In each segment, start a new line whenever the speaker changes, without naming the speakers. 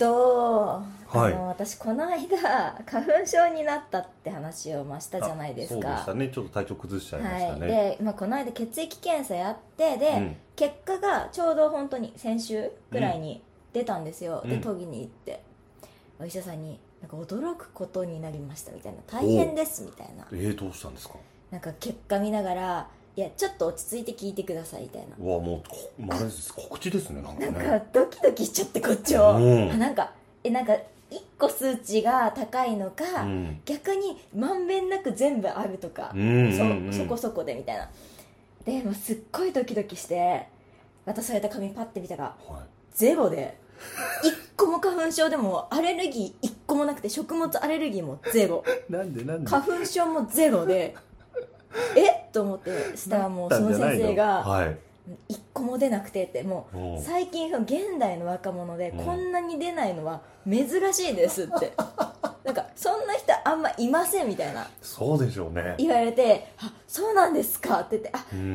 私この間花粉症になったって話をしたじゃないですか。
そうでしたね。ちょっと体調崩しちゃいましたね。
で、この間血液検査やってで、結果がちょうど本当に先週ぐらいに出たんですよ。で研ぎに行ってお医者さんになんか驚くことになりましたみたいな、大変ですみたいな。
どうしたんですか。
なんか結果見ながら、いやちょっと落ち着いて聞いてくださいみたいな。
うわ、もうあれです告知ですね。なん
かドキドキしちゃってこっちを、なんか1個数値が高いのか、逆にまんべんなく全部あるとか、そこそこでみたいな。でもうすっごいドキドキして渡された紙パッて見たら、ゼロで1個も花粉症でもアレルギー1個もなくて、食物アレルギーもゼロ
なんで
花粉症もゼロでと思ってしたら、もうその先生が1個も出なくてって、もう最近現代の若者でこんなに出ないのは珍しいですってなんかそんな人あんまいませんみたいな。
そうでしょうね。
言われて、あ、そうなんですかって言って、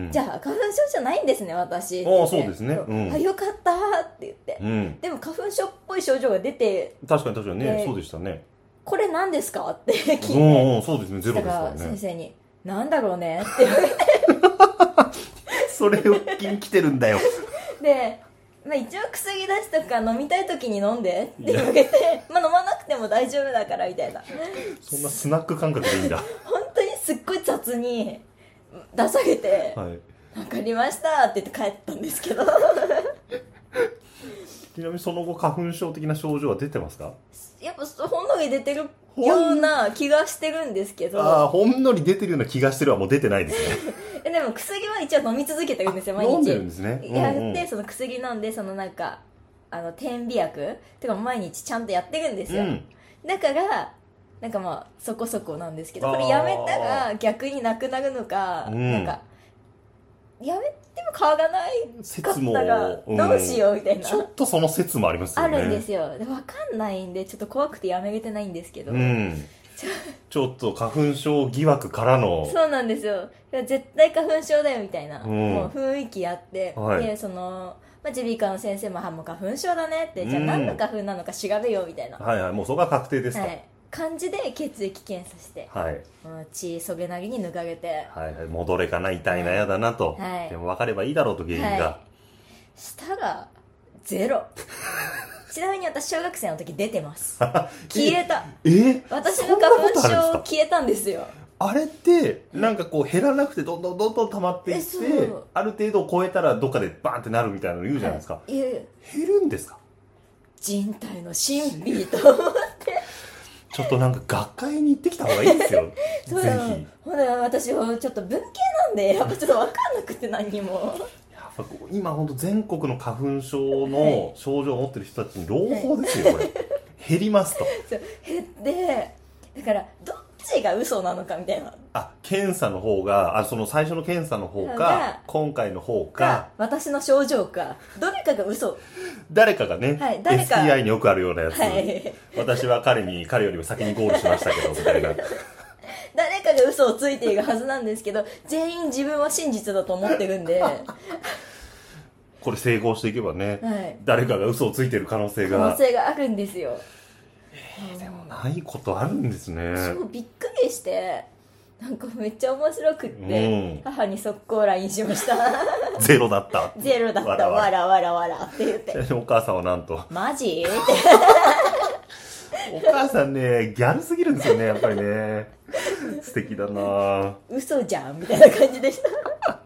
じゃあ花粉症じゃないんですね私って言って。
そうですね。
よかったって言って、でも花粉症っぽい症状が出て、
確かにね、そうでしたね。
これ何ですかって聞いて、
そうですね、ゼロですからね。
先生になんだろうねって言われて
それを聞きに来てるんだよ
で、一応薬出しとか飲みたい時に飲んでって言われて飲まなくても大丈夫だからみたいな。
そんなスナック感覚でいいんだ
本当にすっごい雑に出されて、分かりましたって言って帰ったんですけど
ちなみにその後花粉症的な症状は出てますか。
やっぱほんのり出てるような気がしてるんですけど。
ほんのり出てるような気がしてるはもう出てないですね
でも薬は一応飲み続けてるんですよ、毎日。
飲んでるんですね。
やってその薬飲んで、その点鼻薬とかも毎日ちゃんとやってるんですよ、だからそこそこなんですけど、これやめたら逆になくなるのか、やめても変わらないかったらどうしようみたいな、
ちょっとその説もありますよね。
あるんですよ。で分かんないんでちょっと怖くてやめれてないんですけど、
ちょっと花粉症疑惑からの。
そうなんですよ。絶対花粉症だよみたいな、もう雰囲気あって、でその耳鼻科の先生ももう花粉症だねって、じゃあ何の花粉なのか調べようみたいな、
もうそこは確定ですと、
感じで血液検査して、血そげなりに抜かれて、
戻れかな、痛いな、やだなと、でも分かればいいだろうと、原因が、
したらゼロちなみに私小学生の時出てます消えた。私の花粉症消えたんですよ。
あれってなんかこう減らなくてどんどん溜まっていって、ある程度を超えたらどっかでバーンってなるみたいなの言うじゃないですか、減るんですか。
人体の神秘と思って
ちょっとなんか学会に行ってきた方がいいですよ
そう
ぜひ。
ほら私ちょっと文系なんでやっぱちょっと分かんなくて何にも
今本当全国の花粉症の症状を持ってる人たちに朗報ですよ、これ減りますと。
減って、だからどっちが嘘なのかみたいな。
検査の方がその最初の検査の方か今回の方か
私の症状か、どれかが嘘。
誰かがね、STI によくあるようなやつ、私は彼よりも先にゴールしましたけどみたいな
誰かが嘘をついているはずなんですけど、全員自分は真実だと思ってるんで
これ成功していけばね、誰かが嘘をついてる可能性が
あるんですよ。
でもないことあるんですね。
そうびっくりして、なんかめっちゃ面白くって、母に速攻 LINE しました
ゼロだった
ゼロだったわらわらわらって言って、
お母さんはなんと
マジって
お母さんねギャルすぎるんですよね、やっぱりね素敵だな。
嘘じゃんみたいな感じでした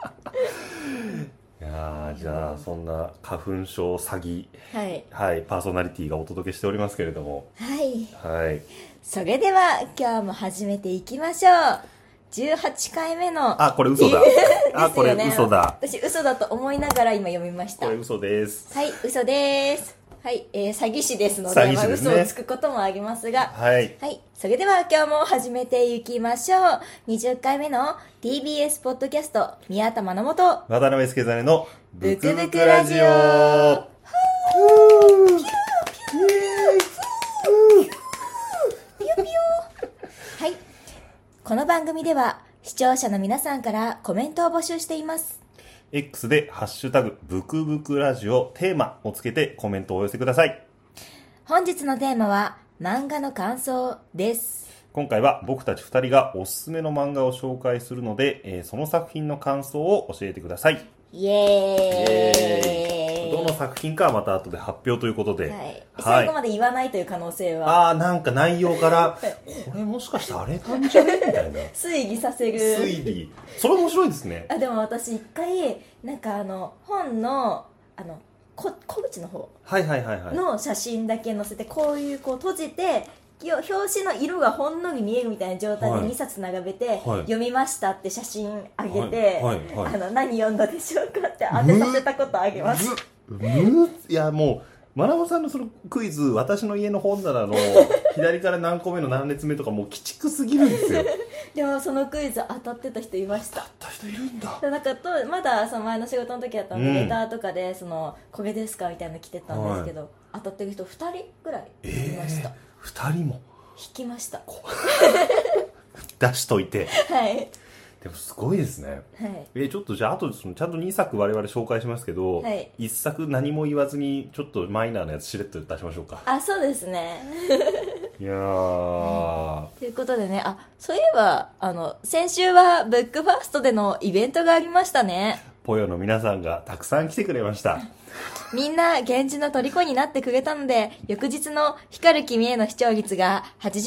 いやじゃあそんな花粉症詐欺パーソナリティがお届けしておりますけれども、
それでは今日も始めていきましょう。18回目の
これ嘘だこれ嘘だ。
私嘘だと思いながら今読みました。
これ嘘です。
嘘です。詐欺師ですので、嘘をつくこともありますが、それでは今日も始めていきましょう。20回目の TBS ポッドキャスト、宮田真奈本
渡辺助真の
ブクブクラジオ。この番組では視聴者の皆さんからコメントを募集しています。
X でハッシュタグブクブクラジオテーマをつけてコメントをお寄せください。
本日のテーマは漫画の感想です。
今回は僕たち2人がおすすめの漫画を紹介するので、その作品の感想を教えてください。
イエーイ。
どの作品かはまた後で発表ということで、はい、
最後まで言わないという可能性は、
なんか内容からこれもしかしてあれなんじゃねみたいな
推理させる。
推理、それ面白いですね。
でも私一回なんか本の小口の方の写真だけ載せて、こう閉じて表紙の色がほんのり見えるみたいな状態で2冊並べて、読みましたって写真あげて、何読んだでしょうかって当てさせたことあげます。
いやもうまなぶさんのそのクイズ、私の家の本棚の左から何個目の何列目とかもう鬼畜すぎるんですよ。
でもそのクイズ当たってた人いました。
当たった人いるんだ。
なんかまだその前の仕事の時だったので、レターとかでこれですかみたいなの来てたんですけど、当たってる人2人ぐらいいました。
2人も
引きました。
出しといて。
はい。
でもすごいですね。
はい。
ちょっとじゃあ後でちゃんと2作我々紹介しますけど、
はい、
1作何も言わずにちょっとマイナーなやつしれっと出しましょうか。
そうですね。
いやー、
ということでね、そういえば先週はブックファーストでのイベントがありましたね。
ポヨの皆さんがたくさん来てくれました。
みんな源氏の虜になってくれたので、翌日の光る君への視聴率が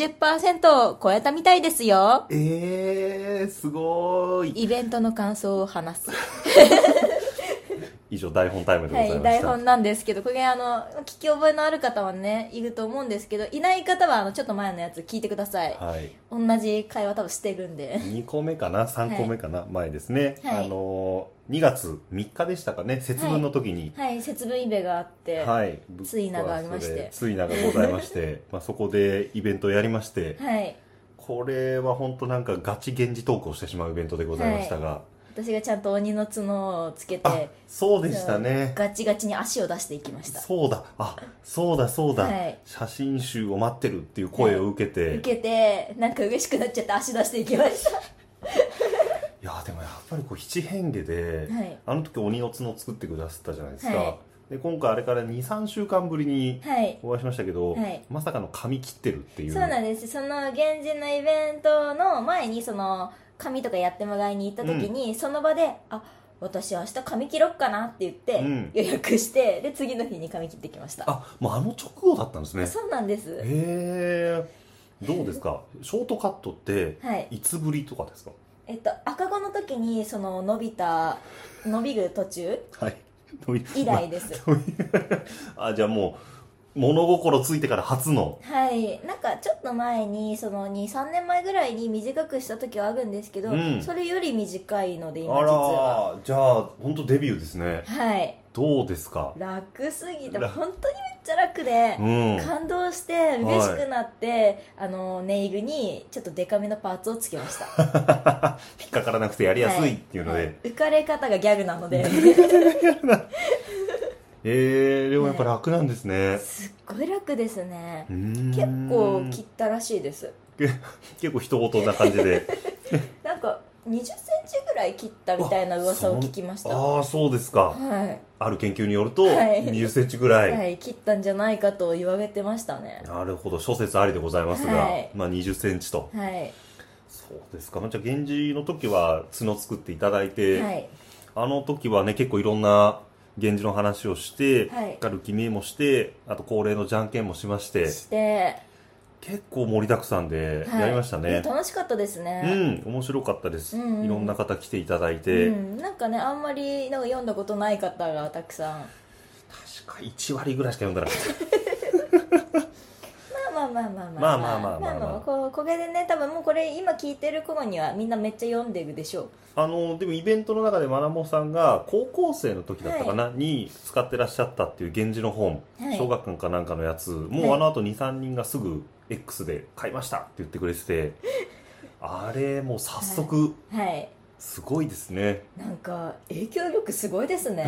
80% を超えたみたいですよ。
すごーい。
イベントの感想を話す。
以上台本タイムでございました。
はい、台本なんですけど、これ聞き覚えのある方はねいると思うんですけど、いない方はちょっと前のやつ聞いてください。
はい、
同じ会話多分してるんで。
2個目かな3個目かな、はい、前ですね、
はい、
2月3日でしたかね、節分の時に、
はい、節分イベがあって、
はい、
ついながありまして、
ついながございましてそこでイベントをやりまして、
はい、
これは本当なんかガチ源氏トークをしてしまうイベントでございましたが、
私がちゃんと鬼の角をつけて、
そうでしたね、
ガチガチに足を出していきました。
そうだ、はい、写真集を待ってるっていう声を受けて、
なんか嬉しくなっちゃって足出していきました。
いやでもやっぱり七変化で、
はい、
あの時鬼の角を作ってくださったじゃないですか、
はい、
で今回あれから 2,3 週間ぶりにお会いしましたけど、
はい、
まさかの髪切ってるっていう。
そうなんです。その源氏のイベントの前に髪とかやってもらいに行った時に、その場で私明日髪切ろっかなって言って予約して、で次の日に髪切ってきました。
もう直後だったんですね。
そうなんです。
どうですかショートカットっていつぶりとかですか？
赤子の時に伸びる途中、
はい、
以来です。
じゃあもう物心ついてから初の。
はい、なんかちょっと前に2,3年前ぐらいに短くした時はあるんですけど、それより短いので今実は。
じゃあ本当デビューですね。
はい。
どうですか？
楽すぎて本当にめっちゃ楽で、感動して嬉しくなって、ネイルにちょっとデカめのパーツをつけました。
引っかからなくてやりやすいっていうので、
浮かれ方がギャグなので。
でもやっぱ楽なんですね。
すっごい楽ですね。結構切ったらしいです。
結構人事な感じで。
なんか20センチぐらい切ったみたいな噂を聞きました。
そうですか。
はい。
ある研究によると20センチぐらい、
はい、切ったんじゃないかと言われてましたね。
なるほど、諸説ありでございますが、20センチと。
はい。
そうですか。じゃあ源氏の時は角作っていただいて、
はい、
あの時はね結構いろんな源氏の話をして、光る君へもして、あと恒例のじゃんけんもしまして、結構盛りだくさんでやりましたね。
楽しかったですね。
面白かったです。いろんな方来ていただいて、
なんかね、あんまりなんか読んだことない方がたくさん。
確か1割ぐらいしか読んだなかった。
これでね、多分もうこれ今聞いてる頃にはみんなめっちゃ読んでるでしょう。
でもイベントの中でまなもさんが高校生の時だったかな、に使ってらっしゃったっていう源氏の本、小学館かなんかのやつ、もうあの後 2,3 人がすぐ X で買いましたって言ってくれてて、あれもう早速、すごいですね。
なんか影響力すごいですね。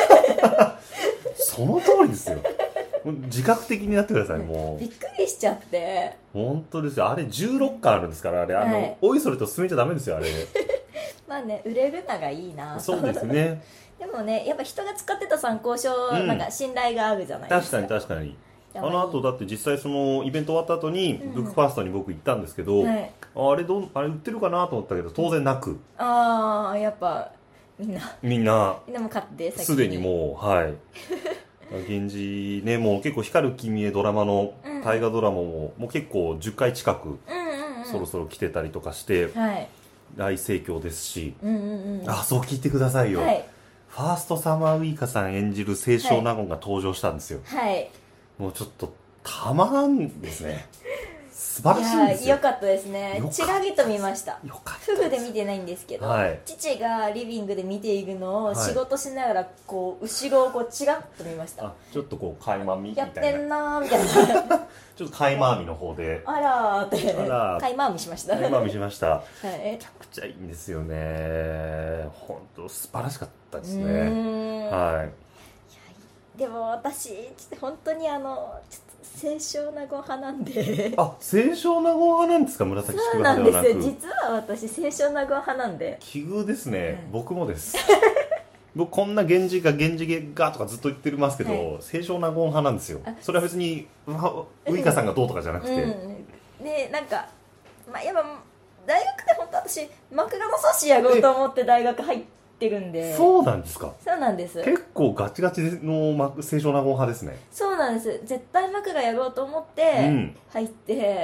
その通りですよ。自覚的になってください。もう
びっくりしちゃって。
本当ですよ。あれ16巻あるんですから、あれおいそれと進めちゃダメですよ、あれ。
まあね、売れるのがいいな。
そうですね。
でもね、やっぱ人が使ってた参考書、なんか信頼があるじゃないですか。
確かに。 あの後だって実際そのイベント終わった後にブックファーストに僕行ったんですけど、あれ売ってるかなと思ったけど当然なく、
ああやっぱみんなも買って
すでにもうはい源氏ね、もう結構光る君へドラマの大河ドラマも結構10回近くそろそろ来てたりとかして、大盛況ですし、あ、そう聞いてくださいよ、ファーストサマーウイカさん演じる清少納言が登場したんですよ。もうちょっとたまらんですね。素晴らしいんですよ。
よかったですね。ちらりと見ました。フグで見てないんですけど、父がリビングで見ているのを仕事しながらこう後ろをこうチラッと見ました。
ちょっとこう垣間見みたいな。
やってんなーみたいな。
ちょっと垣間見の方で。
あらーって垣間見しました。
垣間見しました。めちゃくちゃいいんですよね。本当素晴らしかったですね。
でも私本当にちょっと清少納言派なんで。
あ、清少納言派なんですか、紫式部派ではなく。
そうなんですよ。実は私清少納言派なんで。
奇遇ですね。僕もです僕こんな源氏がとかずっと言ってますけど、清少納言派なんですよ。それは別にウイカさんがどうとかじゃなくて、
でなんかやっぱ大学で本当私枕草子やろうと思って大学入ってるんで。
そうなんですか。
そうなんです。
結構ガチガチの清少納言派ですね。
そうなんです。絶対枕やろうと思って入って、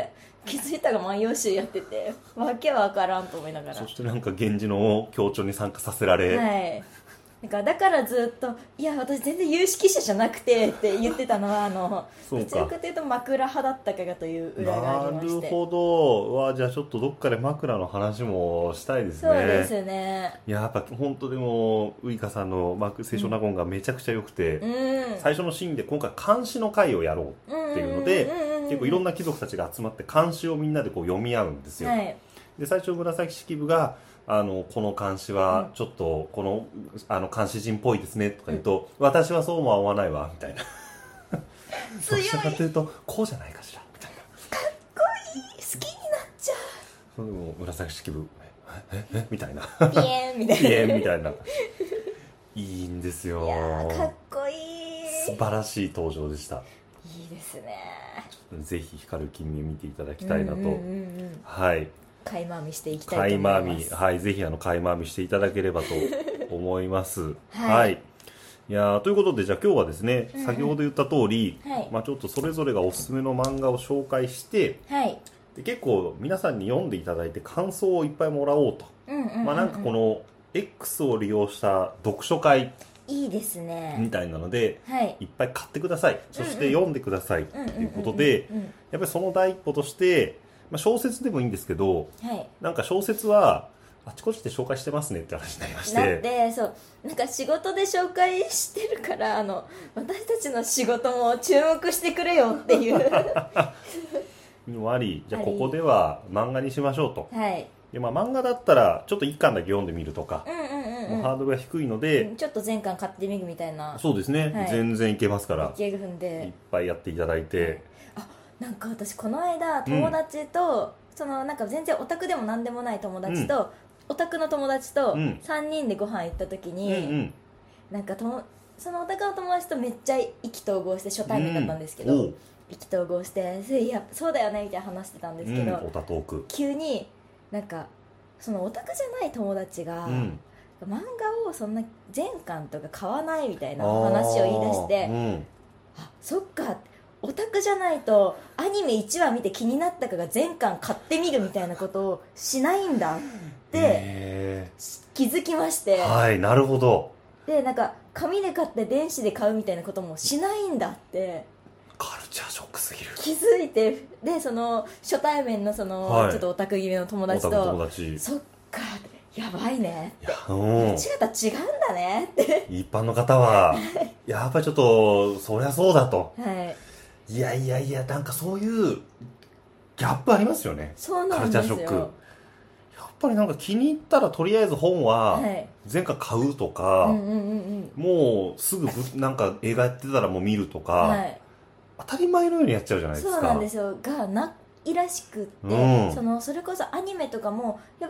気づいたら万葉集やっててわけわからんと思いながら、
そしてなんか源氏の協調に参加させられ、
だからずっと「いや私全然有識者じゃなくて」って言ってたのはどちらかというと枕派だったからという裏がありまして。
なるほど。じゃあちょっとどっかで枕の話もしたいですね。
そうですね。
やっぱ本当でもウイカさんの清少納言がめちゃくちゃ良くて、最初のシーンで今回漢詩の会をやろうっていうので、結構いろんな貴族たちが集まって漢詩をみんなでこう読み合うんですよ。で最初紫式部がこの漢詩はちょっとこの漢詩人っぽいですねとか言うと、私はそうも思わないわみたいなどちらかというとこうじゃないかしらみたいな、
かっこいい、好きになっちゃう。
それも紫式部みたいな
ピエンみたいな
ピエンみたいないいんですよ。
いやかっこいい、
素晴らしい登場でした。
いいですね。
ぜひ光る君見ていただきたいなと、はい
垣間見していきたいと思います。
はい、ぜひ垣間見していただければと思いますはい、いやということでじゃあ今日はですね、先ほど言った通り、ちょっとそれぞれがおすすめの漫画を紹介して、で結構皆さんに読んでいただいて感想をいっぱいもらおうと、なんかこの X を利用した読書会
いいですね
みたいなので、いっぱい買ってください、そして読んでくださいということで、やっぱりその第一歩として小説でもいいんですけど、なんか小説はあちこちで紹介してますねって話になりまして、
だってそうなんか仕事で紹介してるから私たちの仕事も注目してくれよっていう
のもあり、じゃあここでは漫画にしましょうと、で漫画だったらちょっと1巻だけ読んでみるとか、ハードルが低いので、
ちょっと全巻買ってみるみたいな。
そうですね、全然いけますから、
いけるんで
いっぱいやっていただいて、
なんか私この間友達と、なんか全然オタクでもなんでもない友達と、オタクの友達と3人でご飯行った時に、なんかそのオタクの友達とめっちゃ意気投合して初対面だったんですけど、意気投合していやそうだよねみたいな話してたんですけど、
オタトーク
急になんかそのオタクじゃない友達が、漫画をそんな全巻とか買わないみたいな話を言い出して、あそっかオタクじゃないとアニメ1話見て気になったから全巻買ってみるみたいなことをしないんだって気づきまして、
なるほど。
でなんか紙で買って電子で買うみたいなこともしないんだって
カルチャーショックすぎる
気づいて、でその初対面のちょっとオタク気味の友達とそっかやばいねって違った違うんだねって
一般の方はやっぱりちょっとそりゃそうだと、いやなんかそういうギャップありますよね。
そうなんですよ。
カルチャーショック。やっぱりなんか気に入ったらとりあえず本は全巻買うとか、もうすぐなんか映画やってたらもう見るとか、当たり前のようにやっちゃうじゃないですか。
そうなんですよがないらしくって、それこそアニメとかもやっぱ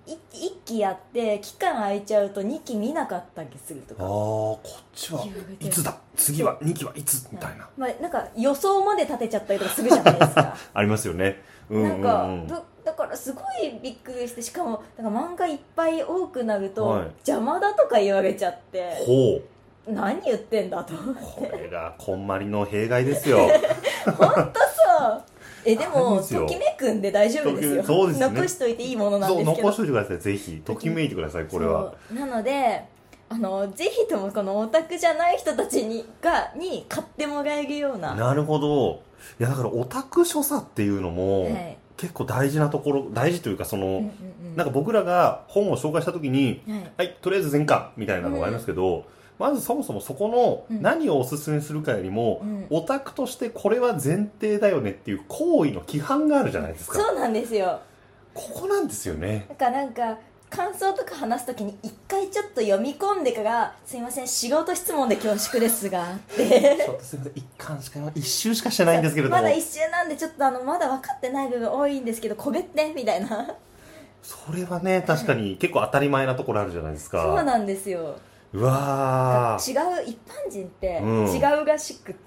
1期やって期間空いちゃうと2期見なかったりするとか、
こっちはいつだ、次は2期はいつみたいな、
まあ、なんか予想まで立てちゃったりとかするじゃないですか
ありますよね、
なんかだからすごいびっくりして、しかもなんか漫画いっぱい多くなると、
はい、
邪魔だとか言われちゃって、
ほう、
何言ってんだと思って、
これがこんまりの弊害ですよ
本当そうでもときめくんで大丈夫ですよ。
そうですね、
残しといていいものなんですけど、
そう残しといてください、ぜひときめいてください。これは
なのでぜひともこのオタクじゃない人たちに買ってもらえるような。
なるほど。いやだからオタク所作っていうのも、はい、結構大事なところ、大事というかなんか僕らが本を紹介した時に、はい、とりあえず全巻みたいなのがありますけど、まずそもそもそこの何をおすすめするかよりも、オタクとしてこれは前提だよねっていう行為の規範があるじゃないですか。
そうなんですよ。
ここなんですよね。
なんか感想とか話すときに一回ちょっと読み込んでから「すいません素人質問で恐縮ですが」って
ちょっとすいません一周しかしてないんですけれども、
まだ一周なんでちょっとまだ分かってない部分多いんですけどこれってみたいな。
それはね確かに結構当たり前なところあるじゃないですか。
そうなんですよ。
うわ
違う一般人って違うらしくって、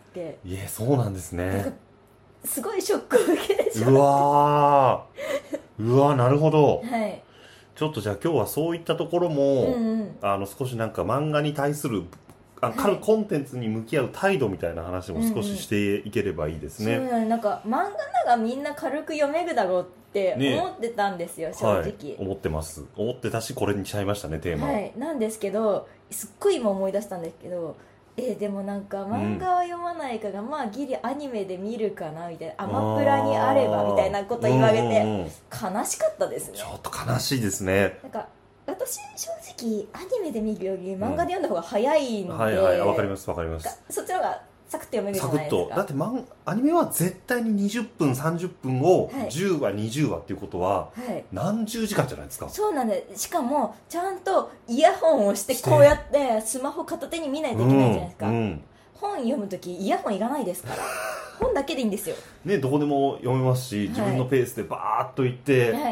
いやそうなんですね。
すごいショックを受けてしまって、
うわなるほど。
はい、
ちょっとじゃあ今日はそういったところも、少しなんか漫画に対する各コンテンツに向き合う態度みたいな話も少ししていければいいですね。
そうなんか漫画ならみんな軽く読めるだろうって思ってたんですよ、正直、はい、
思ってたしこれにしちゃいましたねテーマ、
はい、なんですけどすっごい今思い出したんですけど、でもなんか漫画は読まないから、まあギリアニメで見るかなみたいな、アマプラにあればみたいなこと言われて、悲しかったですね。
ちょっと悲しいですね。
なんか私正直アニメで見るより漫画で読んだ方が早いんで、
わかりますわかります。
そっちの方がサクッと読めるじゃないですか。サクッと
だってアニメは絶対に20分30分を10話20話っていうことは何十時間じゃないですか。
そうなんです。しかもちゃんとイヤホンをしてこうやってスマホ片手に見ないといけないじゃないですか、本読むときイヤホンいらないですから本だけでいいんですよ
ね。どこでも読めますし自分のペースでバーッといって、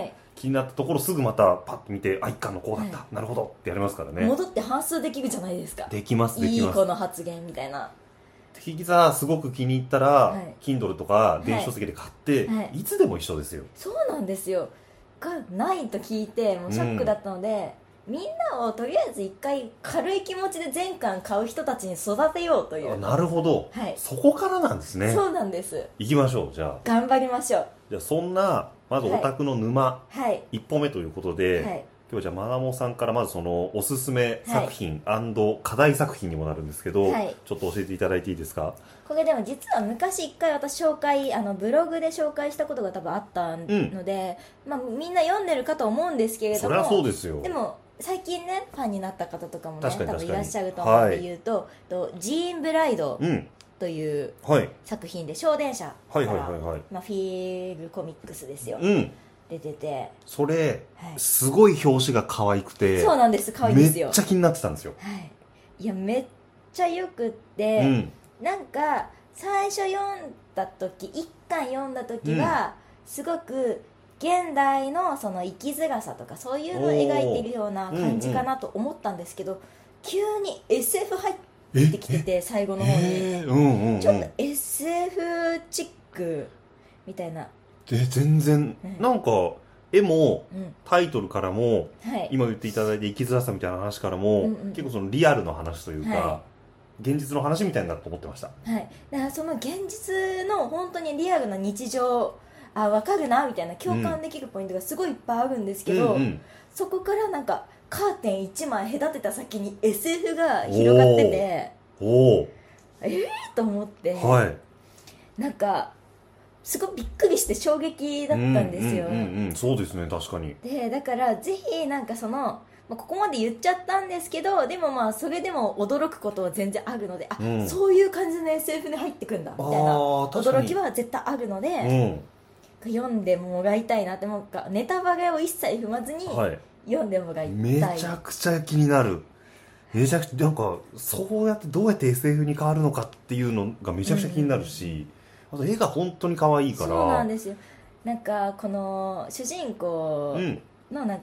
気になったところすぐまたパッと見て一巻のこうだった、なるほどってやりますからね。
戻って反芻できるじゃないですか。
できます
いい子の発言みたいな。
引きさすごく気に入ったら、Kindle とか電子書籍で買って、いつでも一緒ですよ。
そうなんですよ。がないと聞いてもうショックだったので、みんなをとりあえず一回軽い気持ちで全巻買う人たちに育てようという。
なるほど、そこからなんですね。
そうなんです。
行きましょう。じゃあ
頑張りましょう。
じゃあそんなまずオタクの沼、一歩目ということで、今日じゃあマナモさんからまずそのおすすめ作品、課題作品にもなるんですけど、ちょっと教えていただいていいですか。
これでも実は昔一回私ブログで紹介したことが多分あったので、みんな読んでるかと思うんですけれども、
それはそうですよ。
でも最近ねファンになった方とかもね多分いらっしゃると思うんで言うと、ジーンブライドという作品で小電車から、フィールコミックスですよ、出てて、
それ、すごい表紙が可愛くて、
そうなんです、可愛いですよ。
めっちゃ気になってたんですよ。
いやめっちゃよくって、なんか最初読んだ時一巻読んだ時は、すごく現代のその生きづらさとかそういうのを描いているような感じかなと思ったんですけど、急に SF 入ってきてて、最後の方にちょっと SF チックみたいな。
全然、なんか絵も、タイトルからも、今言っていただいて生きづらさみたいな話からも、結構そのリアルの話というか、現実の話みたいなと思ってました。だ
からその現実の本当にリアルな日常、分かるなみたいな共感できるポイントがすごいいっぱいあるんですけど、そこからなんかカーテン1枚隔てた先に SF が広がってて、と思って、なんかすごいびっくりして衝撃だったんですよ。
そうですね、確かに。
でだからぜひなんかここまで言っちゃったんですけど、でもそれでも驚くことは全然あるので、そういう感じの SF に入ってくんだみたいな驚きは絶対あるので、読んでもらいたいなって。もうネタバレを一切踏まずに読んでもらいたい。
めちゃくちゃ気になる。めちゃくちゃなんかそうやってどうやって SF に変わるのかっていうのがめちゃくちゃ気になるし、あと絵が本当に可愛いから。
そうなんですよ。なんかこの主人公のなんか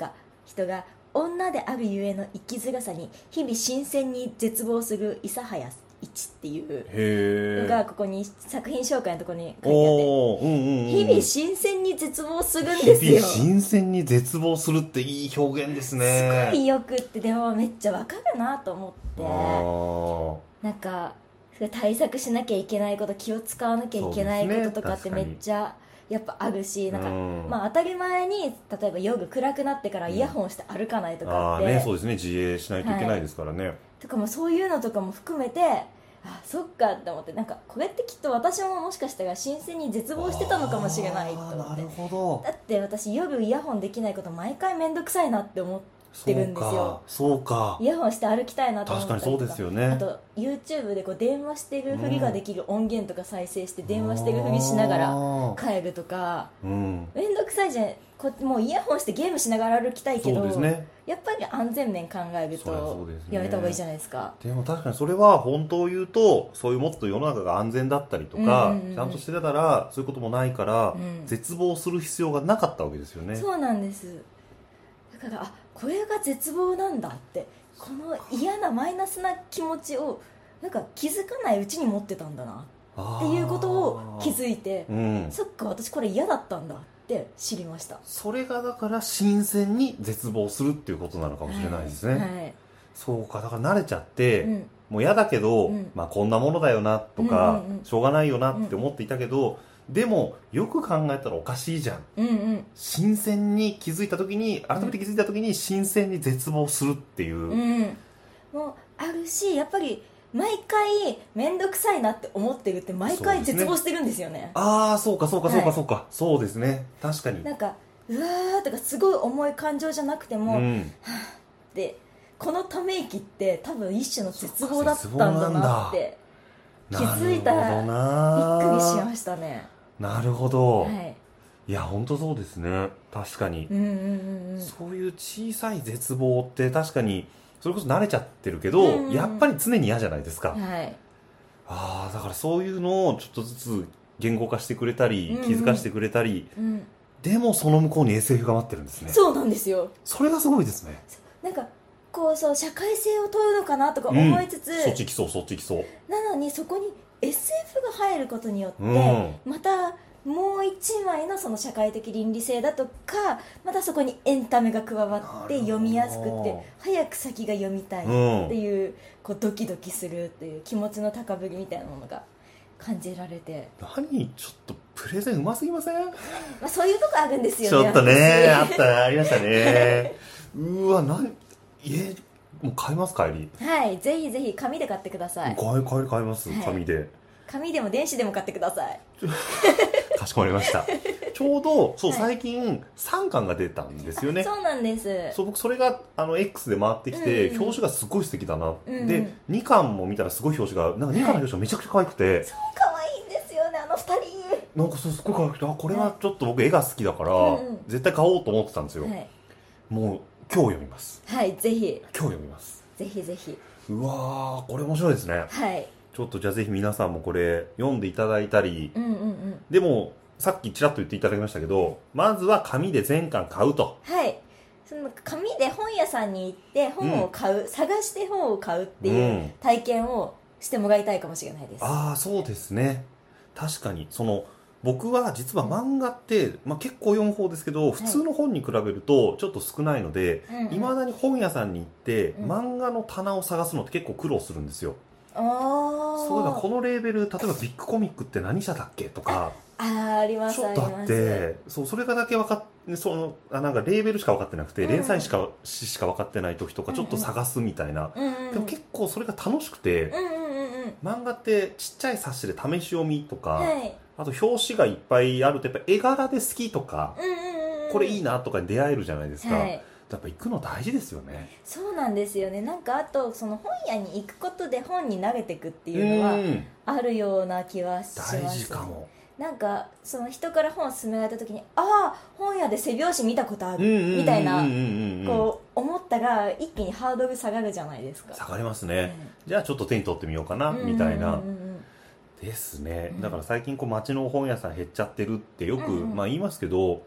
人が女であるゆえの生きづらさに日々新鮮に絶望する諫早一っていうのがここに作品紹介のところに書いてあって、日々新鮮に絶望するんですよ。
日々新鮮に絶望するっていい表現ですね。
すごいよくって、でもめっちゃわかるなと思って、なんか対策しなきゃいけないこと、気を使わなきゃいけないこととかってめっちゃやっぱあるし、なんか、まあ当たり前に例えば夜暗くなってからイヤホンして歩かないとかって、
そうですね、自衛しないといけないですからね、
とかもそういうのとかも含めて、あ、そっかって思って、なんかこれってきっと私ももしかしたら新鮮に絶望してたのかもしれないと思って。
なるほど。
だって私夜イヤホンできないこと毎回めんどくさいなって思ってるんですよ。
そうか。
イヤホンして歩きたいなと思ったりとか。
確かにそうですよね。
あと YouTube でこう電話してるふりができる音源とか再生して電話してるふりしながら帰るとか、めんどくさいじゃん。もうイヤホンしてゲームしながら歩きたいけど、そうですね、やっぱり安全面考えるとやめた方がいいじゃないですか。
でも確かにそれは本当を言うと、そういうもっと世の中が安全だったりとか、ちゃんとしてたらそういうこともないから、絶望する必要がなかったわけですよね。
そうなんです。だからこれが絶望なんだって、この嫌なマイナスな気持ちをなんか気づかないうちに持ってたんだなっていうことを気づいて、そっか、私これ嫌だったんだって知りました。
それがだから新鮮に絶望するっていうことなのかもしれないですね、はい、そうか。だから慣れちゃって、もう嫌だけど、まあこんなものだよなとか、しょうがないよなって思っていたけど、でもよく考えたらおかしいじゃん、新鮮に気づいた時に、改めて気づいた時に新鮮に絶望するっていう、
もうあるし、やっぱり毎回面倒くさいなって思ってるって毎回絶望してるんですよね。
ああ、そうかそうかそうかそうか、はい、そうですね、確かに。
なんかうわーとかすごい重い感情じゃなくても、はぁってこのため息って多分一種の絶望だったんだなって気づいたらびっくりしましたね。
なるほど、
はい、
いや本当そうですね、確かに、そういう小さい絶望って確かにそれこそ慣れちゃってるけど、やっぱり常に嫌じゃないですか、
はい、
だからそういうのをちょっとずつ言語化してくれたり、気づかせてくれたり、でもその向こうに SF が待ってるんですね。
そうなんですよ。
それがすごいですね。
なんかこうそう社会性を問うのかなとか思いつつ、
そっち来そうそっち来そう
なのに、そこに SF が入ることによって、またもう一枚のその社会的倫理性だとか、またそこにエンタメが加わって読みやすくて早く先が読みたいっていう、こうドキドキするっていう気持ちの高ぶりみたいなものが感じられて、
何ちょっとプレゼンうますぎません？
まあ、そういうとこあるんですよね。
ちょっとね、ありましたねうわ、もう買います、帰り。
はい、ぜひぜひ紙で買ってください。
帰り買います、はい、紙で。
紙でも電子でも買ってください
かしこまりましたちょうどそう、はい、最近3巻が出たんですよね。
そうなんです。
そう、僕それがX で回ってきて、表紙がすごい素敵だな、で2巻も見たらすごい表紙が、なんか2巻の表紙がめちゃくちゃ可愛くて、
そう可愛いんですよね、あの2人。
なんかそうすごい可愛くて、これはちょっと僕絵が好きだから、絶対買おうと思ってたんですよ、はい、もう今日読みます。はい、ぜひ今日読みます。ぜひぜひ。うわー、これ面白いですね。はい、ちょっとじゃあぜひ皆さんもこれ読んでいただいたり、でもさっきちらっと言っていただきましたけど、まずは紙で全巻買うと。はい、その紙で本屋さんに行って本を買う、探して本を買うっていう体験をしてもらいたいかもしれないです。ああ、そうですね。確かに僕は実は漫画って、結構読む方ですけど、普通の本に比べるとちょっと少ないので、いまだに本屋さんに行って、漫画の棚を探すのって結構苦労するんですよ。そういえばこのレーベル、例えばビッグコミックって何社だっけとか、ありますちょっとあって、それがだけ分かって、なんかレーベルしか分かってなくて、連載しか分かってない時とかちょっと探すみたいな、でも結構それが楽しくて、漫画ってちっちゃい冊子で試し読みとか、あと表紙がいっぱいあるとやっぱ絵柄で好きとか、これいいなとかに出会えるじゃないですか、やっぱ行くの大事ですよね。そうなんですよね。なんかあとその本屋に行くことで本に慣れていくっていうのはあるような気はします。大事かも。なんかその人から本を勧められた時に、本屋で背表紙見たことあるみたいなこう思ったら一気にハードル下がるじゃないですか。下がりますね、じゃあちょっと手に取ってみようかなみたいなですね。だから最近街の本屋さん減っちゃってるってよく言いますけど、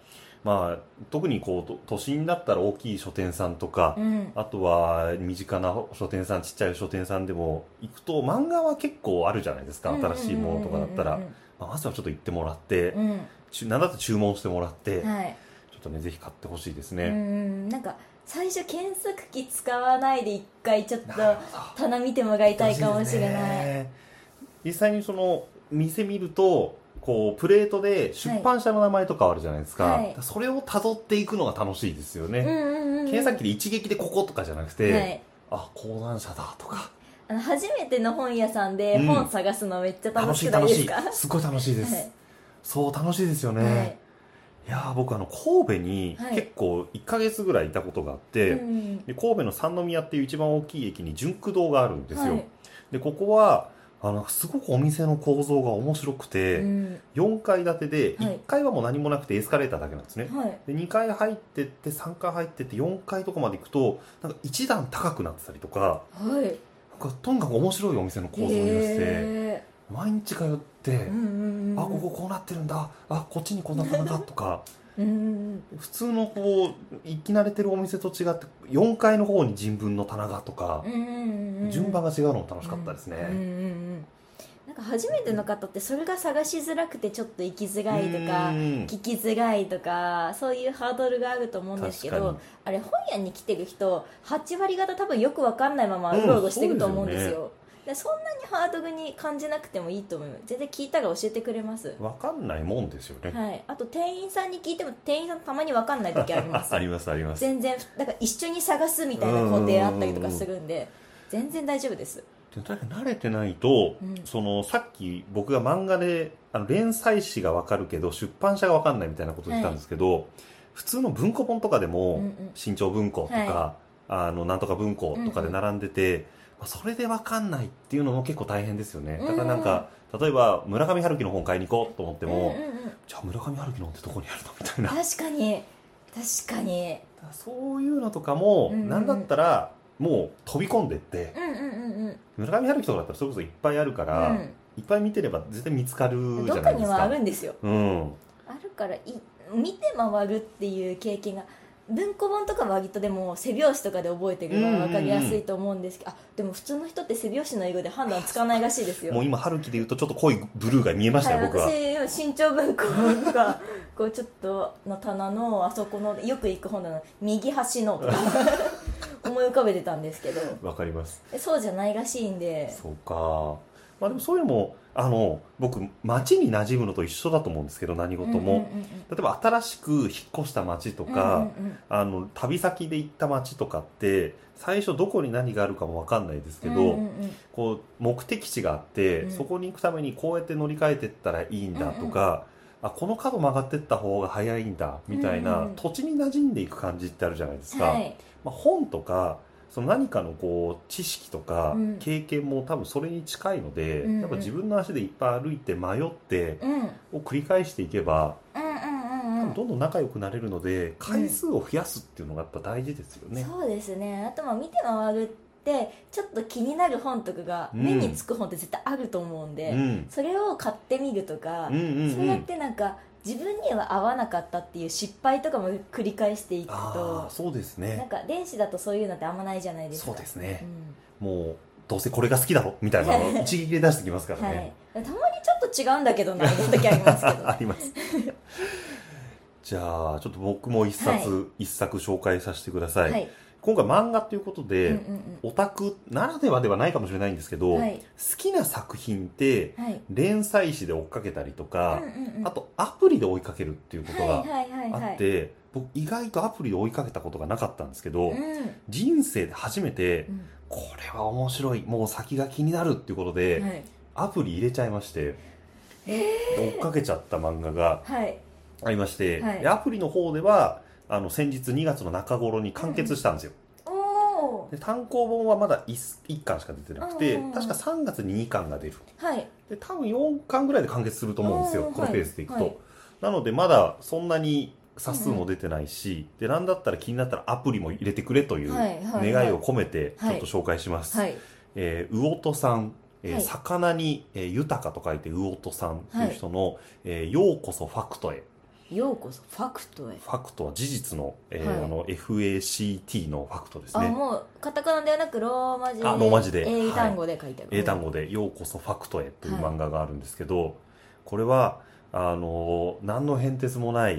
まあ、特にこう都心だったら大きい書店さんとか、あとは身近な書店さん、ちっちゃい書店さんでも行くと漫画は結構あるじゃないですか。新しいものとかだったら、まずはちょっと行ってもらって、なんだったら注文してもらって、ちょっとねぜひ買ってほしいですね。
なんか最初検索機使わないで一回ちょっと棚見てもらいたいかもしれない。
実際にその店見るとこうプレートで出版社の名前とかあるじゃないですか、それを辿っていくのが楽しいですよね。検索機で一撃でこことかじゃなくて、あ、講談社だとか、
初めての本屋さんで本探すのめっちゃ楽しくないですか？
すごい楽しいです、そう楽しいですよね、いや僕神戸に結構1ヶ月ぐらいいたことがあって、で神戸の三宮っていう一番大きい駅に純駆堂があるんですよ、でここはすごくお店の構造が面白くて、4階建てで1階はもう何もなくてエスカレーターだけなんですね、で2階入ってって3階入ってって4階とかまで行くとなんか1段高くなってたりとか、なんかとにかく面白いお店の構造になってて、毎日通って、あ、こここうなってるんだ、あ、こっちにこんな棚がとか普通のこう行き慣れてるお店と違って4階の方に人文の棚がとか、順番が違うのも楽しかったですね。
なんか初めての方ってそれが探しづらくてちょっと行きづらいとか聞きづらいとか、そういうハードルがあると思うんですけど、あれ本屋に来てる人8割方多分よく分かんないままうろうろしてると思うんですよ。でそんなにハードルに感じなくてもいいと思う。全然聞いたら教えてくれます。
分かんないもんですよね。
あと店員さんに聞いても店員さんたまに分かんない時あります
ありますあります。
全然だから一緒に探すみたいな工程あったりとかするんで全然大丈夫です。
慣れてないと、そのさっき僕が漫画で連載誌が分かるけど出版社が分かんないみたいなことを言ったんですけど、普通の文庫本とかでも、新潮文庫とか、なんとか文庫とかで並んでて、それで分かんないっていうのも結構大変ですよね。だからなんか、例えば村上春樹の本買いに行こうと思っても、じゃあ村上春樹の本ってどこにあるのみたいな。
確かに確かに。
そういうのとかも、なんだったらもう飛び込んでって、村上春樹とかだったらそれこそいっぱいあるから、いっぱい見てれば絶対見つかるじゃないですか。
どこにはあるんですよ、あるから見て回るっていう経験が、文庫本とかは割とでも背表紙とかで覚えてるのが分かりやすいと思うんですけど、でも普通の人って背表紙の色で判断つかないらしいですよ。
もう今春樹でいうとちょっと濃いブルーが見えましたよ、僕は。
私新潮文庫とかこうちょっとの棚のあそこのよく行く本棚の右端のとか思い浮かべてたんですけど、
わかります。
そうじゃないらしいんで。
そうか。でもそういうのも僕街に馴染むのと一緒だと思うんですけど、何事も、例えば新しく引っ越した街とか、旅先で行った街とかって最初どこに何があるかも分かんないですけど、こう目的地があって、そこに行くためにこうやって乗り換えていったらいいんだとか、この角曲がっていった方が早いんだみたいな、土地に馴染んでいく感じってあるじゃないですか、本とかその何かのこう知識とか経験も多分それに近いので、やっぱ自分の足でいっぱい歩いて迷ってを繰り返していけば、どんどん仲良くなれるので、回数を増やすっていうのがやっぱ大事ですよね。
そうですね。あと見て回るってちょっと気になる本とかが目につく本って絶対あると思うんで、それを買ってみるとか、そうやってなんか自分には合わなかったっていう失敗とかも繰り返していくと、
そうですね。
なんか電子だとそういうのってあんまないじゃないですか。
そうですね、もうどうせこれが好きだろみたいなのを一撃で出してきますからね、
たまにちょっと違うんだけどなみたいな時ありますけど
ありますじゃあちょっと僕も一作紹介させてください、今回漫画ということで、オタクならではではないかもしれないんですけど、好きな作品って連載誌で追っかけたりとか、あとアプリで追いかけるっていうことがあって、僕意外とアプリで追いかけたことがなかったんですけど、人生で初めて、これは面白い、もう先が気になるっていうことで、アプリ入れちゃいまして、追っかけちゃった漫画がありまして、でアプリの方では先日2月の中頃に完結したんですよ、で単行本はまだ 1巻しか出てなくて、確か3月に2巻が出る、で多分4巻ぐらいで完結すると思うんですよ、このペースでいくと、なのでまだそんなに冊数も出てないし、でなんだったら気になったらアプリも入れてくれという願いを込めてちょっと紹介します、魚戸さん、魚に、豊かと書いて魚戸さんという人の、ようこそファクトへ
ようこそファクトへ。
ファクトは事実の、
はい、
FACT のファクトですね。
もうカタカナではなくローマ字で、
ローマ字で
英単語で書いてある、
英単語でようこそファクトへという漫画があるんですけど、これは何の変哲もない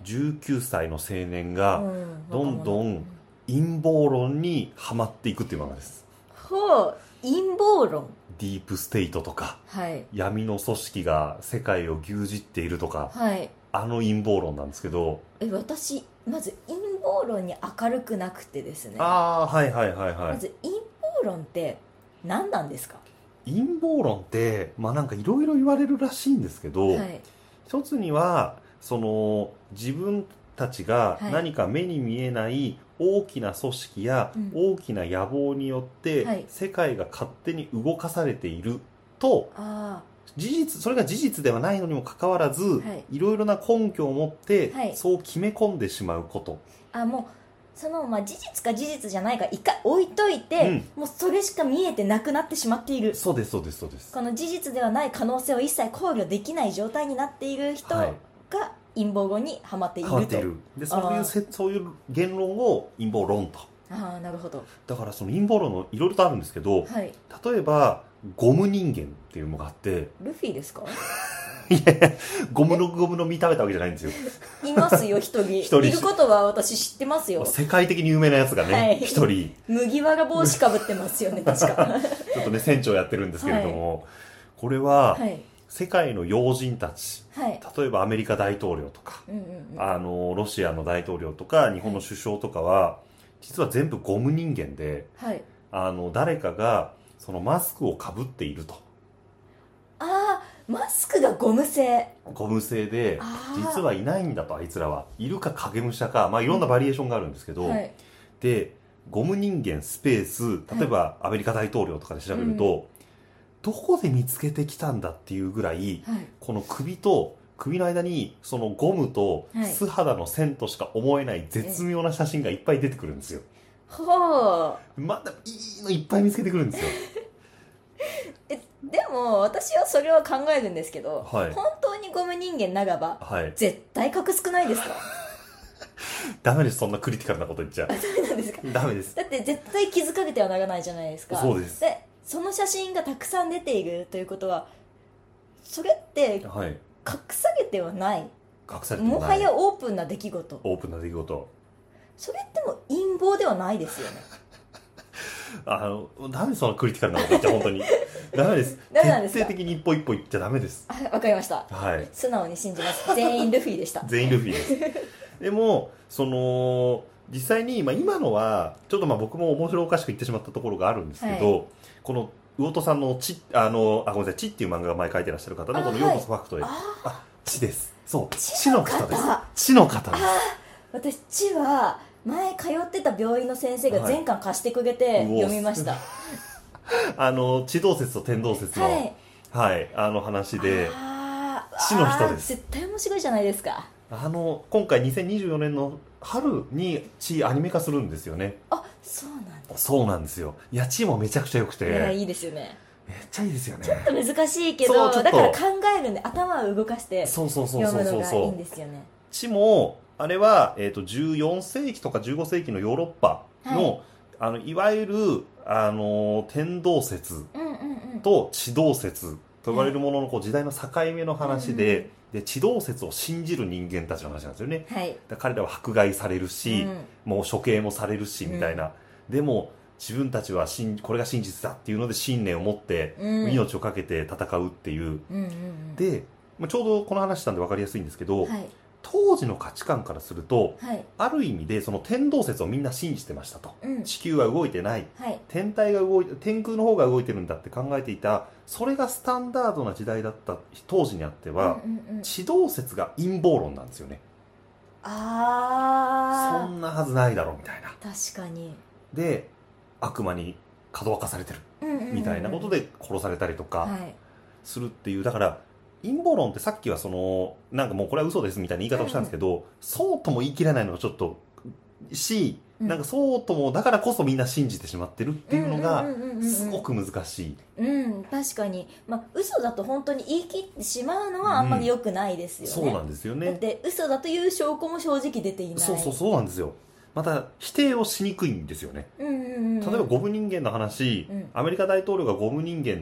19歳の青年がどんどん陰謀論にはまっていくっていう漫画です。
ほう、陰謀論。
ディープステイトとか、
はい、
闇の組織が世界を牛耳っているとか、
はい、
陰謀論なんですけど、
私まず陰謀論に明るくなくてですね。
はいはいはいはい。
まず陰謀論って何なんですか？
陰謀論ってなんかいろいろ言われるらしいんですけど、はい、一つには自分たちが何か目に見えない大きな組織や大きな野望によって世界が勝手に動かされていると、それが事実ではないのにもかかわらず、いろいろな根拠を持ってそう決め込んでしまうこと。
もう事実か事実じゃないか一回置いといて、もうそれしか見えてなくなってしまっている。
そうですそうですそうです。
この事実ではない可能性を一切考慮できない状態になっている人が陰謀論にはまっていると。
でそういう言論を陰謀論と。
なるほど。
だからその陰謀論のいろいろとあるんですけど、例えばゴム人間っていうのがあって。
ルフィですか？
いやいや、ゴムの実食べたわけじゃないんですよ。
いますよ、一人いることは私知ってますよ。
世界的に有名なやつがね、一人
麦わら帽子かぶってますよね、確か。
ちょっとね、船長やってるんですけれども、これは世界の要人たち、例えばアメリカ大統領とか、ロシアの大統領とか日本の首相とかは、実は全部ゴム人間で、誰かがそのマスクをかぶっていると。
マスクがゴム製
で、実はいないんだと。あいつらはいるか影武者か、いろんなバリエーションがあるんですけど、でゴム人間スペース、例えばアメリカ大統領とかで調べると、どこで見つけてきたんだっていうぐらい、この首の間にそのゴムと素肌の線としか思えない絶妙な写真がいっぱい出てくるんですよ。まだいいのいっぱい見つけてくるんですよ。
でも私はそれは考えるんですけど、本当にゴム人間ならば、絶対隠すくないですか？
ダメです、そんなクリティカルなこと言っちゃ。ダメなんですか？ダメです。
だって絶対気づかれてはならないじゃないですか。
そうです。
でその写真がたくさん出ているということは、それって隠されてはない、もはやオープンな出来事。それっても陰謀ではないですよね。
ダメです、そのクリティカルなこと言っちゃ。本当にダメです。徹底的に一歩一歩言っちゃダメです。
わかりました、素直に信じます。全員ルフィでした。
全員ルフィですでも実際に、今のはちょっと僕も面白おかしく言ってしまったところがあるんですけど、この魚戸さんのごめんなさい、チっていう漫画が前書いてらっしゃる方のこのようこそファクトへ、チです。そう、チの方です。チの方です。
私チは前通ってた病院の先生が全巻貸してくれて読みました。
地動説と天動説の、話で、地の人です。
絶対面白いじゃないですか。
今回2024年の春に地アニメ化するんですよね。
そうなんだ。
そうなんですよ。いや、地もめちゃくちゃ良くて、
いいですよね。
めっちゃいいですよね。
ちょっと難しいけど、だから考えるんで頭を動かして読むのがいいんですよね。
地もあれは、14世紀とか15世紀のヨーロッパの、いわゆる天動説と地動説と呼ばれるものの時代の境目の話で、地動説を信じる人間たちの話なんですよね。彼らは迫害されるし、もう処刑もされるしみたいな、でも自分たちはこれが真実だっていうので信念を持って命を懸けて戦うっていう、でちょうどこの話したんで分かりやすいんですけど、当時の価値観からすると、ある意味でその天動説をみんな信じてましたと、地球は動いてない、天空の方が動いてるんだって考えていた、それがスタンダードな時代だった当時にあっては、地動説が陰謀論なんですよね。そんなはずないだろうみたいな。
確かに。
で悪魔にかどわかされてるみたいなことで殺されたりとかするっていう、だから陰謀論ってさっきはなんかもうこれは嘘ですみたいな言い方をしたんですけど、そうとも言い切れないのがちょっとし、なんかそうともだからこそみんな信じてしまってるっていうのがすごく難しい。
確かに、嘘だと本当に言い切ってしまうのはあんまり良くないですよね、
そうなんですよね。
だって嘘だという証拠も正直出ていない。
そうなんですよ。また否定をしにくいんですよね。例えばゴム人間の話、アメリカ大統領がゴム人間って、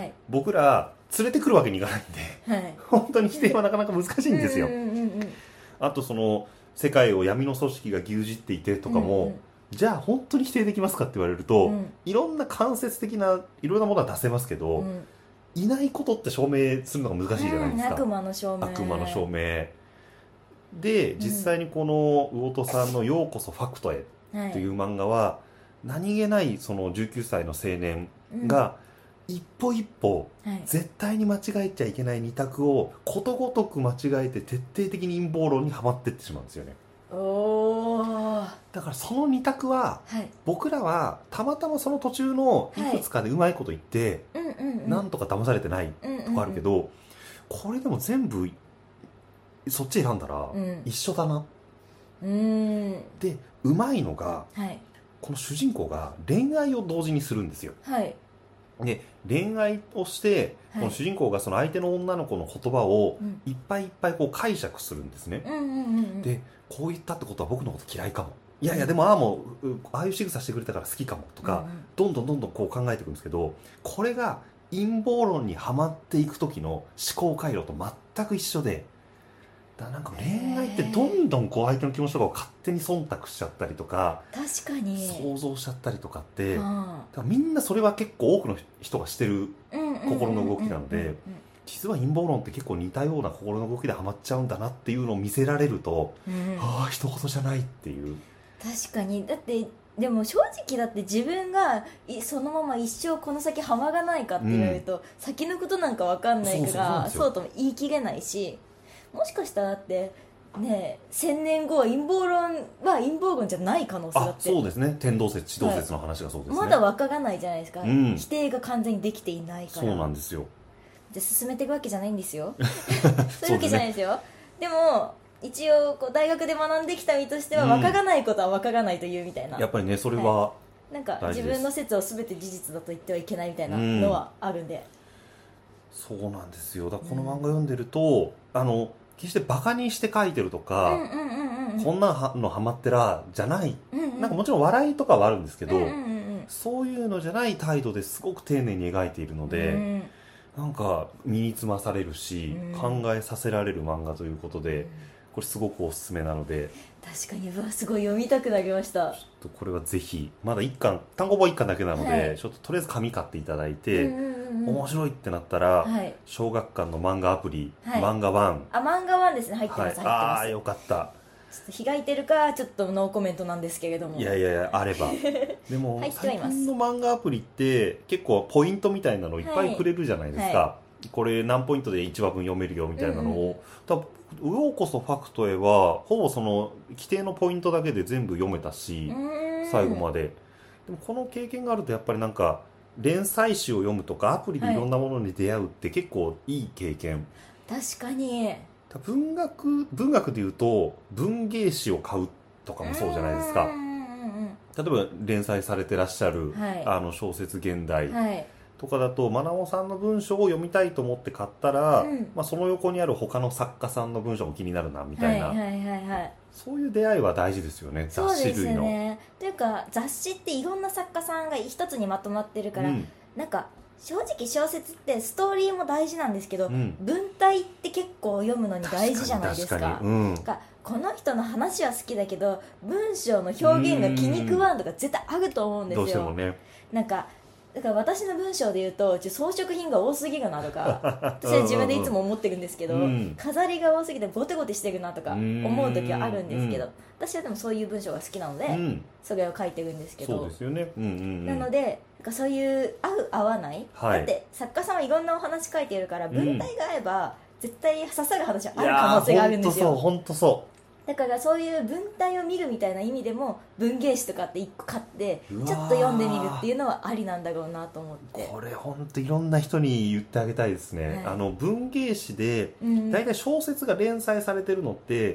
僕ら連れてくるわけにいかないんで、本当に否定はなかなか難しいんですよ。あとその世界を闇の組織が牛耳っていてとかも、じゃあ本当に否定できますかって言われると、いろんな間接的ないろんなものは出せますけど、いないことって証明するのが難しいじゃないですか。
悪魔の証
明で、実際にこの魚戸さんの「ようこそファクトへ」という漫画は、何気ないその19歳の青年が一歩一歩絶対に間違えちゃいけない二択をことごとく間違えて徹底的に陰謀論にはまっていってしまうんですよね。だからその二択は、僕らはたまたまその途中のいくつかでうまいこと言って、なんとか騙されてないとかあるけど、これでも全部そっち選んだら一緒だな。でうまいのが、この主人公が恋愛を同時にするんですよ。で恋愛をして、この主人公がその相手の女の子の言葉をいっぱいいっぱいこう解釈するんですね。でこう言ったってことは僕のこと嫌いかも、いやいやでもああいう仕草してくれたから好きかもとか、どんどんこう考えていくんですけど、これが陰謀論にはまっていく時の思考回路と全く一緒で、だからなんか恋愛ってどんどんこう相手の気持ちとかを勝手に忖度しちゃったりとか、
確かに
想像しちゃったりとかって、だからみんなそれは結構多くの人がしてる心の動きなので、実は陰謀論って結構似たような心の動きでハマっちゃうんだなっていうのを見せられると、ああ一言じゃないっていう。
確かに。だってでも正直だって自分がそのまま一生この先ハマがないかって言われると、先のことなんか分かんないからそうとも言い切れないし、もしかしたらだってね、1000年後は陰謀論は陰謀論じゃない可能性だって。
そうですね。天動説地動説の話がそうですね。
まだ分からないじゃないですか、否定が完全にできていないから。
そうなんですよ。
で進めていくわけじゃないんですよそういうわけじゃないですよ。でも一応こう大学で学んできた身としては、分からないことは分からないというみたいな、
やっぱりねそれは、
なんか自分の説を全て事実だと言ってはいけないみたいなのはあるんで、
そうなんですよ。だからこの漫画読んでると、決してバカにして書いてるとか、こんなのハマってらじゃない、なんかもちろん笑いとかはあるんですけど、そういうのじゃない態度ですごく丁寧に描いているので、なんか身につまされるし、考えさせられる漫画ということで、これすごくおすすめなので。
確かにすごい読みたくなりました。
ちょっとこれはぜひ、まだ1巻単行本1巻だけなので、ちょっととりあえず紙買っていただいて、面白いってなったら、小学館の漫画アプリ、漫画ワン、
漫画ワンですね、入ってます、
ああよかった。
ちょっと開いてるかちょっとノーコメントなんですけれども、
いやあればでも最近の漫画アプリって結構ポイントみたいなのいっぱいくれるじゃないですか、これ何ポイントで1話分読めるよみたいなのを、多分ようこそファクトへはほぼその規定のポイントだけで全部読めたし、最後まで。でもこの経験があるとやっぱりなんか連載誌を読むとかアプリでいろんなものに出会うって結構いい経験、
確かに。
文学でいうと文芸誌を買うとかもそうじゃないですか。例えば連載されてらっしゃる、小説現代とかだと、まなもさんの文章を読みたいと思って買ったら、その横にある他の作家さんの文章も気になるなみたいな、そういう出会いは大事ですよね、雑誌類の。そうですね。
というか雑誌っていろんな作家さんが一つにまとまってるから、なんか正直小説ってストーリーも大事なんですけど、文体って結構読むのに大事じゃないですか。この人の話は好きだけど文章の表現が気に食わんとか絶対あると思うんですよ。
どうしてもね。
なんかだから私の文章で言うと装飾品が多すぎるなとか私は自分でいつも思ってるんですけど、飾りが多すぎてゴテゴテしてるなとか思う時はあるんですけど、私はでもそういう文章が好きなので、それを書いてるんですけど。
そうですよね。
なのでそういう合う合わない、だって作家さんはいろんなお話書いてるから、文体が合えば絶対刺さる話はある可能性があるんですよ。
本当そう。
だからそういう文体を見るみたいな意味でも文芸誌とかって1個買ってちょっと読んでみるっていうのはありなんだろうなと思って。
これ本当いろんな人に言ってあげたいですね、文芸誌でだいたい小説が連載されてるのって、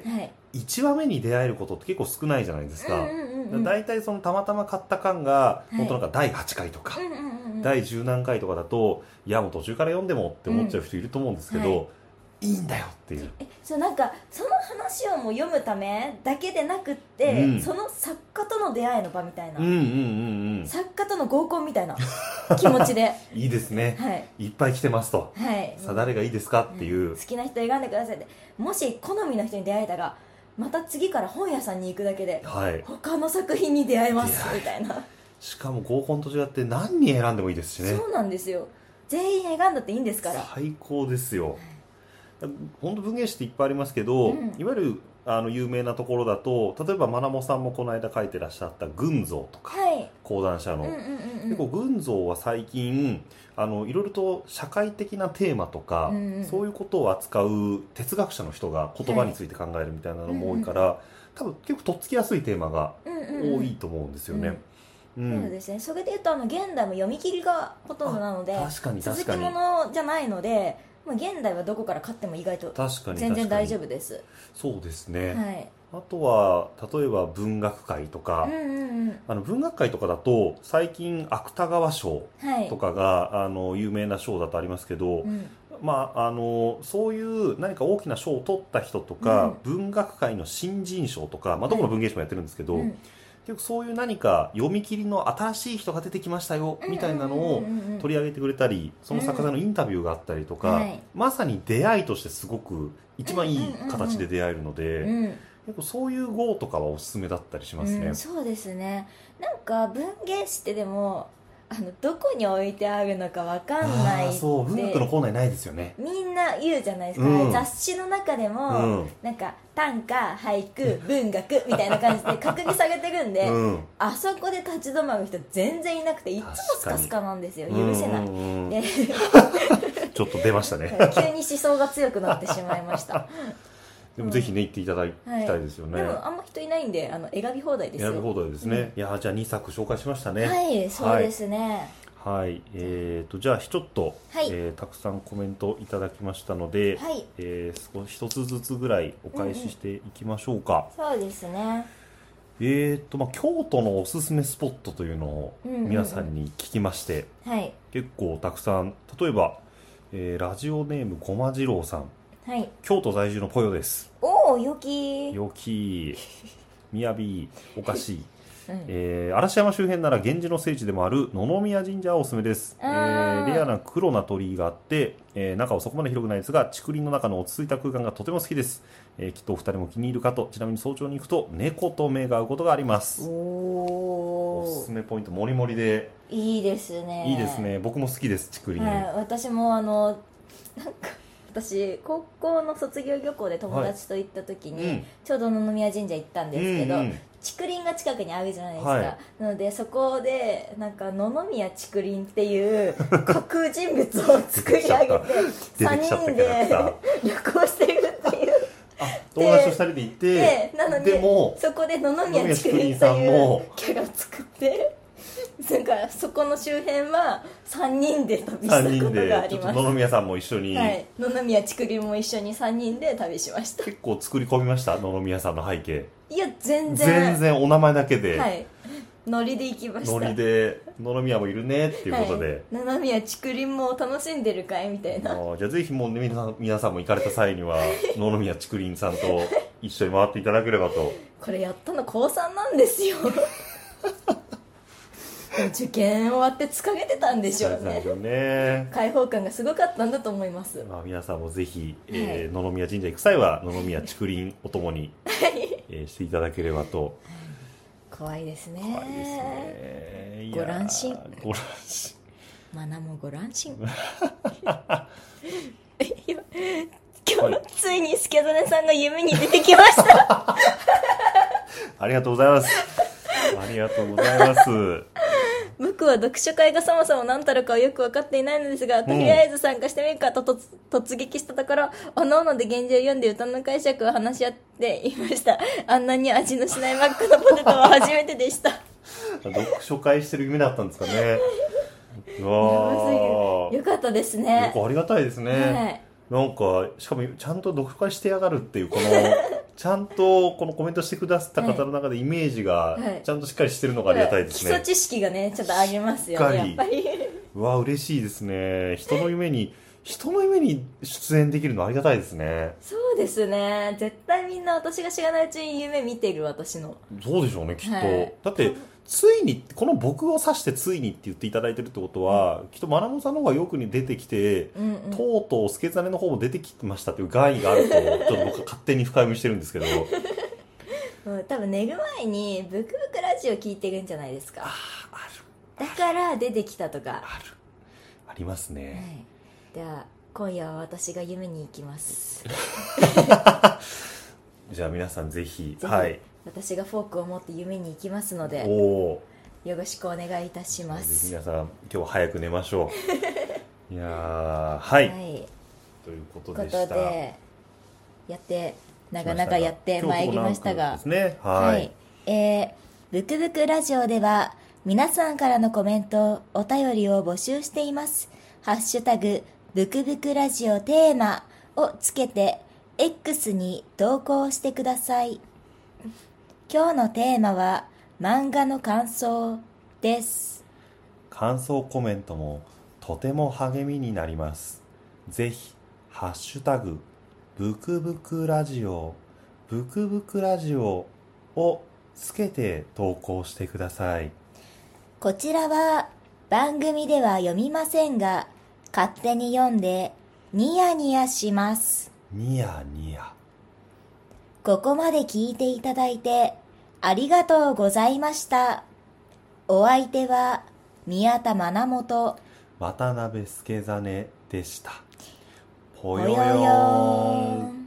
1話目に出会えることって結構少ないじゃないですか。だいたいそのたまたま買った巻が本当なんか第8回とか、第10何回とかだと、いやもう途中から読んでもって思っちゃう人いると思うんですけど、いいんだよっていう。
なんかその話をもう読むためだけでなくって、その作家との出会いの場みたいな、作家との合コンみたいな気持ちで
いいですね、いっぱい来てますと、さあ誰がいいですかっていう、
好きな人選んでくださいって。もし好みの人に出会えたらまた次から本屋さんに行くだけで、他の作品に出会えますみたいな。
しかも合コンと違って何人選んでもいいですしね。
そうなんですよ、全員選んだっていいんですから。
最高ですよ。本当文芸誌っていっぱいありますけど、いわゆる有名なところだと、例えばまなもさんもこの間書いてらっしゃった群像とか、講談社の、結構群像は最近いろいろと社会的なテーマとか、そういうことを扱う哲学者の人が言葉について考えるみたいなのも多いから、多分結構とっつきやすいテーマが多いと思うんですよね。
そうですね。それでいうと現代も読み切りがほとんどなので、続きものじゃないので、現代はどこから買っても意外と全然大丈夫です。
そうですね、あとは例えば文学界とか、文学界とかだと最近芥川賞とかが、有名な賞だとありますけど、そういう何か大きな賞を取った人とか、文学界の新人賞とか、どこの文芸誌もやってるんですけど、結構そういう何か読み切りの新しい人が出てきましたよみたいなのを取り上げてくれたり、その作家さんのインタビューがあったりとか、まさに出会いとしてすごく一番いい形で出会えるので、結構そういう号とかはおすすめだったりしますね。
そうですね。なんか文芸誌ってでもどこに置いてあるのかわかんないって、
そう、文学のコーナーにないですよね。
みんな言うじゃないですか、雑誌の中でも、なんか短歌、俳句、文学みたいな感じで格にされてるんで、あそこで立ち止まる人全然いなくて、いつもスカスカなんですよ。許せない、で
ちょっと出ましたね
急に思想が強くなってしまいました
でもぜひね、行っていただきたいですよね。
でもあんま人いないんで選び放題ですよ。
選び放題ですね、いやじゃあ2作紹介しましたね。
はい、そうですね。
はい、じゃあちょっと、たくさんコメントいただきましたので、一つずつぐらいお返ししていきましょうか。
そうですね。
京都のおすすめスポットというのを皆さんに聞きまして、結構たくさん、例えば、ラジオネームごま次郎さん、京都在住のぽよです。
おお、よき
みやびおかしい嵐山周辺なら源氏の聖地でもある野々宮神社はおすすめです。レアな黒な鳥居があって、中はそこまで広くないですが、竹林の中の落ち着いた空間がとても好きです。きっとお二人も気に入るかと。ちなみに早朝に行くと猫と目が合うことがあります。おすすめポイントもりもりで
いいですね。
いいですね。僕も好きです、竹林。
私もなんか私高校の卒業旅行で友達と行った時に、ちょうど野々宮神社行ったんですけど、竹林が近くにあるじゃないですか、なのでそこでなんか野々宮竹林っていう架空人物を作り上げて3人で旅行してるっていう
友達と2人で行って、
なのでもそこで野々宮竹林というキャラを作ってなんかそこの周辺は3人で旅したことがあります。
野々宮さんも一緒に、
野々宮竹林も一緒に3人で旅しました。
結構作り込みました、野々宮さんの背景。
いや全然
お名前だけで、
ノリで行きました。
ノリで野々宮もいるねっていうことで、
野々宮竹林も楽しんでるかいみたいな。
じゃあぜひもう、皆さんも行かれた際には野々宮竹林さんと一緒に回っていただければと。
これやったの高3なんですよ受験終わって疲れてたんでしょうね。開放感がすごかったんだと思います。
皆さんもぜひ、野々宮神社行く際は野々宮竹林おともに、していただければと。
怖いですね。
怖いですね。
ご乱心。マナもご乱心今日、ついに助真さんが夢に出てきました
ありがとうございます。ありがとうございます。
僕は読書会がそもそも何たるかはよく分かっていないのですが、とりあえず参加してみるかと突撃したところ、おのおので源氏を読んで歌の解釈を話し合っていました。あんなに味のしないマックのポテトは初めてでした
読書会してる夢だったんですかね。
よかったですね。
ありがたいですね、なんかしかもちゃんと読書会してやがるっていうこのちゃんとこのコメントしてくださった方の中でイメージがちゃんとしっかりしてるのがありがたいですね、
基礎知識がねちょっとありますよね、やっぱり。
うわ嬉しいですね。人の夢に出演できるのありがたいですね。
そうですね、絶対みんな私が知らないうちに夢見てる、私の。
そうでしょうねきっと、だってついにこの僕を指してついにって言っていただいてるってことは、きっとまなもさんの方がよくに出てきて、とうとうスケザネの方も出てきましたっていう概があるとちょっと僕は勝手に深読みしてるんですけど
多分寝る前にブクブクラジオ聞いてるんじゃないですか。
あ
だから出てきたとか
ありますね、
では今夜は私が夢に行きます
じゃあ皆さんぜひ
私がフォークを持って夢に行きますので、よろしくお願いいたします。
ぜひ皆さん今日は早く寝ましょういやはい、ということでした。
長々やってまいりましたが、ブクブクラジオでは皆さんからのコメントお便りを募集しています。ハッシュタグブクブクラジオテーマをつけて X に投稿してください。今日のテーマは漫画の感想です。
感想コメントもとても励みになります。ぜひハッシュタグブクブクラジオをつけて投稿してください。
こちらは番組では読みませんが、勝手に読んでニヤニヤします。
ニヤニヤ。
ここまで聞いていただいてありがとうございました。お相手は宮田愛元、
渡辺助真でした。ぽ
よよーん。